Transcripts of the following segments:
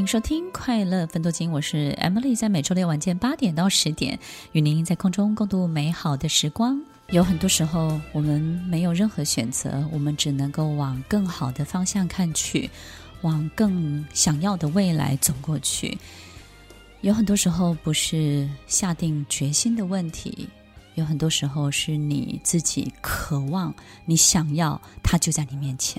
迎收听快乐分多金，我是 Emily， 在每周六晚间8点到10点与您在空中共度美好的时光。有很多时候我们没有任何选择，我们只能够往更好的方向看去，往更想要的未来走过去。有很多时候不是下定决心的问题，有很多时候是你自己渴望，你想要，它就在你面前。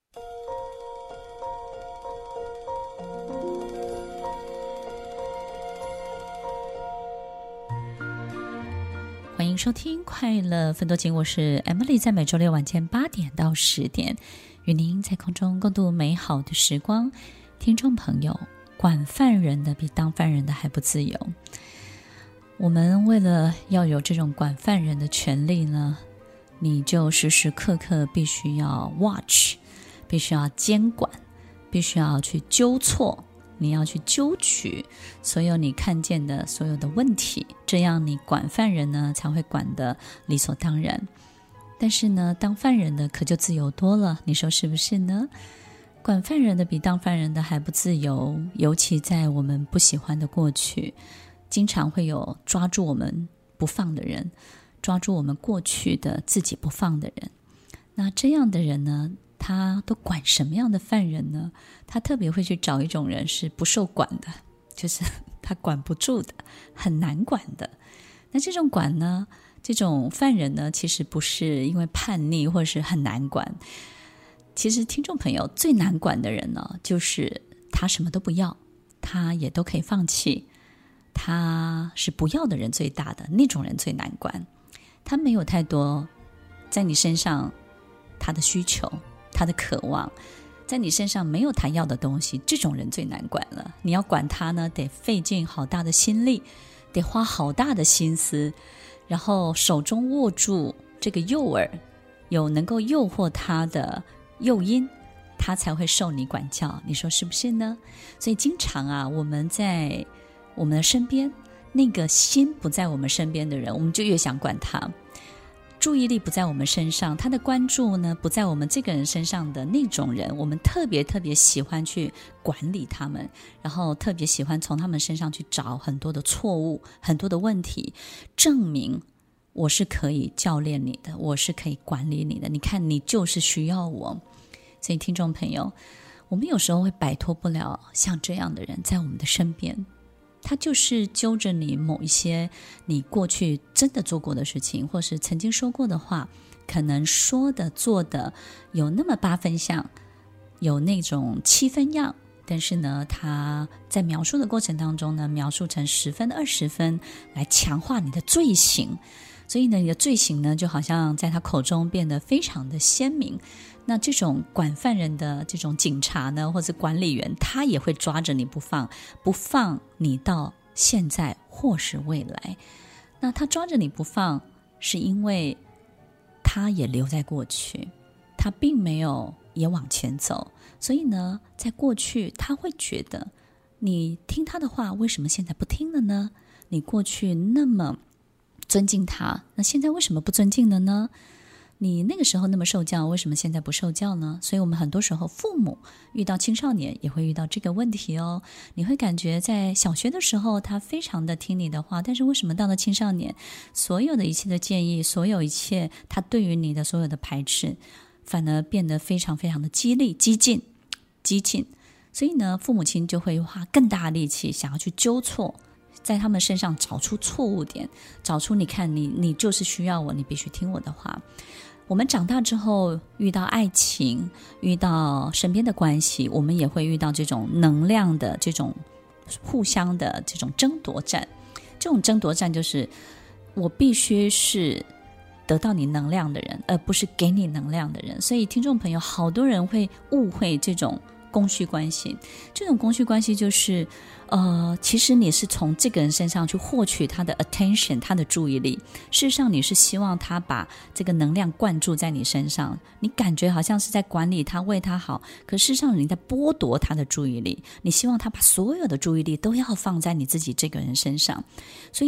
欢迎收听快乐分多金，我是 Emily， 在每周六晚间8点到10点与您在空中共度美好的时光。听众朋友，管犯人的比当犯人的还不自由。我们为了要有这种管犯人的权利呢，你就时时刻刻必须要 watch， 必须要监管，必须要去纠错，你要去纠举所有你看见的所有的问题，这样你管犯人呢才会管得理所当然。但是呢，当犯人的可就自由多了，你说是不是呢？管犯人的比当犯人的还不自由，尤其在我们不喜欢的过去，经常会有抓住我们不放的人，抓住我们过去的自己不放的人。那这样的人呢，他都管什么样的犯人呢？他特别会去找一种人是不受管的，就是他管不住的，很难管的。那这种管呢，这种犯人呢，其实不是因为叛逆或是很难管。其实听众朋友，最难管的人呢，就是他什么都不要，他也都可以放弃，他是不要的人最大的那种人最难管。他没有太多在你身上他的需求，他的渴望，在你身上没有他要的东西，这种人最难管了。你要管他呢，得费尽好大的心力，得花好大的心思，然后手中握住这个诱饵，有能够诱惑他的诱因，他才会受你管教，你说是不是呢？所以经常啊，我们在我们的身边，那个心不在我们身边的人，我们就越想管他。注意力不在我们身上，他的关注呢不在我们这个人身上的那种人，我们特别喜欢去管理他们，然后特别喜欢从他们身上去找很多的错误，很多的问题，证明我是可以教练你的，我是可以管理你的，你看你就是需要我。所以听众朋友，我们有时候会摆脱不了像这样的人在我们的身边，他就是揪着你某一些你过去真的做过的事情，或是曾经说过的话，可能说的做的有那么8分像，有那种7分样，但是呢，他在描述的过程当中呢，描述成10分20分来强化你的罪行。所以呢，你的罪行呢，就好像在他口中变得非常的鲜明。那这种管犯人的这种警察呢，或者管理员，他也会抓着你不放，不放你到现在或是未来。那他抓着你不放，是因为他也留在过去，他并没有也往前走。所以呢，在过去他会觉得你听他的话，为什么现在不听了呢？你过去那么尊敬他，那现在为什么不尊敬了呢？你那个时候那么受教，为什么现在不受教呢？所以我们很多时候父母遇到青少年也会遇到这个问题哦。你会感觉在小学的时候他非常的听你的话，但是为什么到了青少年，所有的一切的建议，所有一切他对于你的所有的排斥，反而变得非常的激进。所以呢，父母亲就会花更大的力气想要去纠错，在他们身上找出错误点，找出你看你就是需要我，你必须听我的话。我们长大之后遇到爱情，遇到身边的关系，我们也会遇到这种能量的这种互相的这种争夺战。这种争夺战就是我必须是得到你能量的人，而不是给你能量的人。所以听众朋友，好多人会误会这种供需关系。这种供需关系就是其实你是从这个人身上去获取他的 attention， 他的注意力。事实上你是希望他把这个能量灌注在你身上，你感觉好像是在管理他，为他好，可事实上你在剥夺他的注意力，你希望他把所有的注意力都要放在你自己这个人身上。所以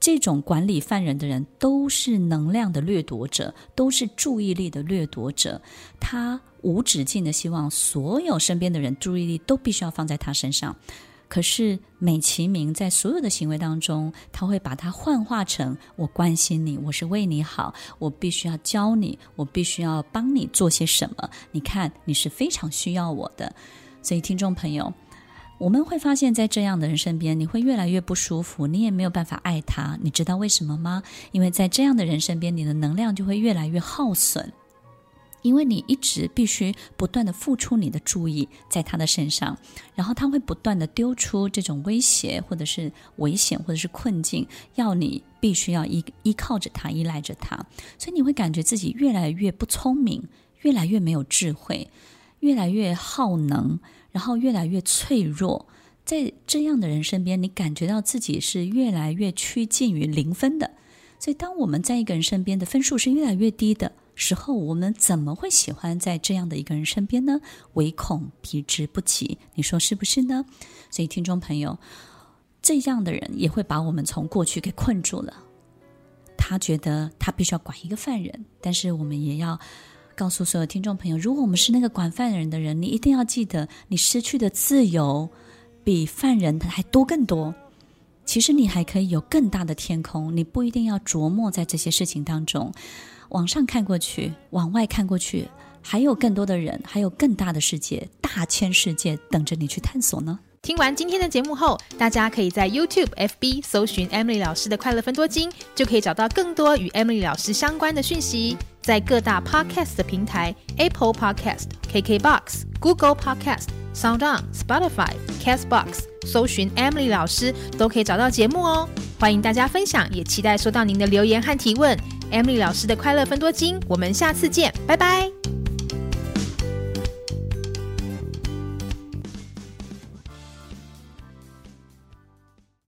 这种管理犯人的人都是能量的掠夺者，都是注意力的掠夺者，他无止境的希望所有身边的人注意力都必须要放在他身上。可是美其名在所有的行为当中，他会把它幻化成我关心你，我是为你好，我必须要教你，我必须要帮你做些什么，你看你是非常需要我的。所以听众朋友，我们会发现在这样的人身边，你会越来越不舒服，你也没有办法爱他。你知道为什么吗？因为在这样的人身边，你的能量就会越来越耗损，因为你一直必须不断的付出你的注意在他的身上，然后他会不断的丢出这种威胁或者是危险或者是困境，要你必须要依靠着他，依赖着他。所以你会感觉自己越来越不聪明，越来越没有智慧，越来越耗能，然后越来越脆弱。在这样的人身边，你感觉到自己是越来越趋近于0分的。所以当我们在一个人身边的分数是越来越低的时候，我们怎么会喜欢在这样的一个人身边呢？唯恐避之不及，你说是不是呢？所以听众朋友，这样的人也会把我们从过去给困住了。他觉得他必须要管一个犯人，但是我们也要告诉所有听众朋友，如果我们是那个管犯人的人，你一定要记得，你失去的自由比犯人还多更多。其实你还可以有更大的天空，你不一定要琢磨在这些事情当中。往上看过去，往外看过去，还有更多的人，还有更大的世界，大千世界等着你去探索呢。 听完今天的节目后，大家可以在 YouTube、FB 搜寻 Emily 老师的快乐分多金，就可以找到更多与 Emily 老师相关的讯息。在各大 Podcast 的平台 Apple Podcast、KKBox、Google Podcast、SoundOn、Spotify、Castbox 搜寻 Emily 老师都可以找到节目哦。欢迎大家分享，也期待收到您的留言和提问。Emily 老师的快乐分多金，我们下次见，拜拜。